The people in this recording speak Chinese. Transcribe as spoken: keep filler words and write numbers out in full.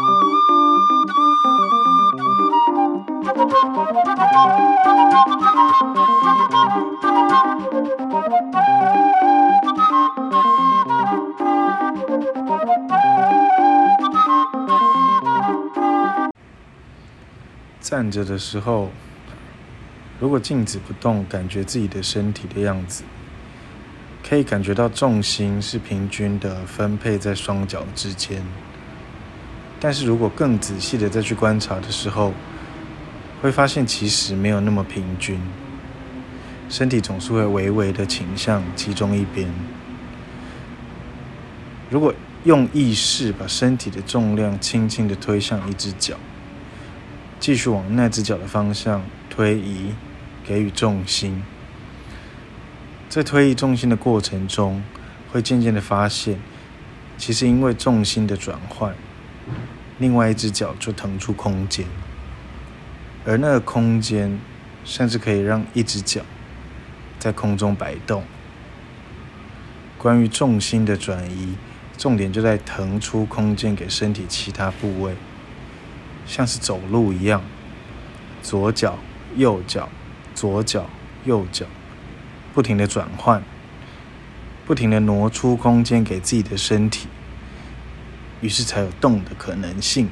站着的时候，如果静止不动，感觉自己的身体的样子，可以感觉到重心是平均的分配在双脚之间。但是如果更仔细的再去观察的时候，会发现其实没有那么平均，身体总是会微微的倾向其中一边。如果用意识把身体的重量轻轻的推向一只脚，继续往那只脚的方向推移，给予重心。在推移重心的过程中，会渐渐的发现，其实因为重心的转换，另外一只脚就腾出空间，而那个空间甚至可以让一只脚在空中摆动。关于重心的转移，重点就在腾出空间给身体其他部位，像是走路一样，左脚、右脚、左脚、右脚，不停的转换，不停的挪出空间给自己的身体，于是才有动的可能性。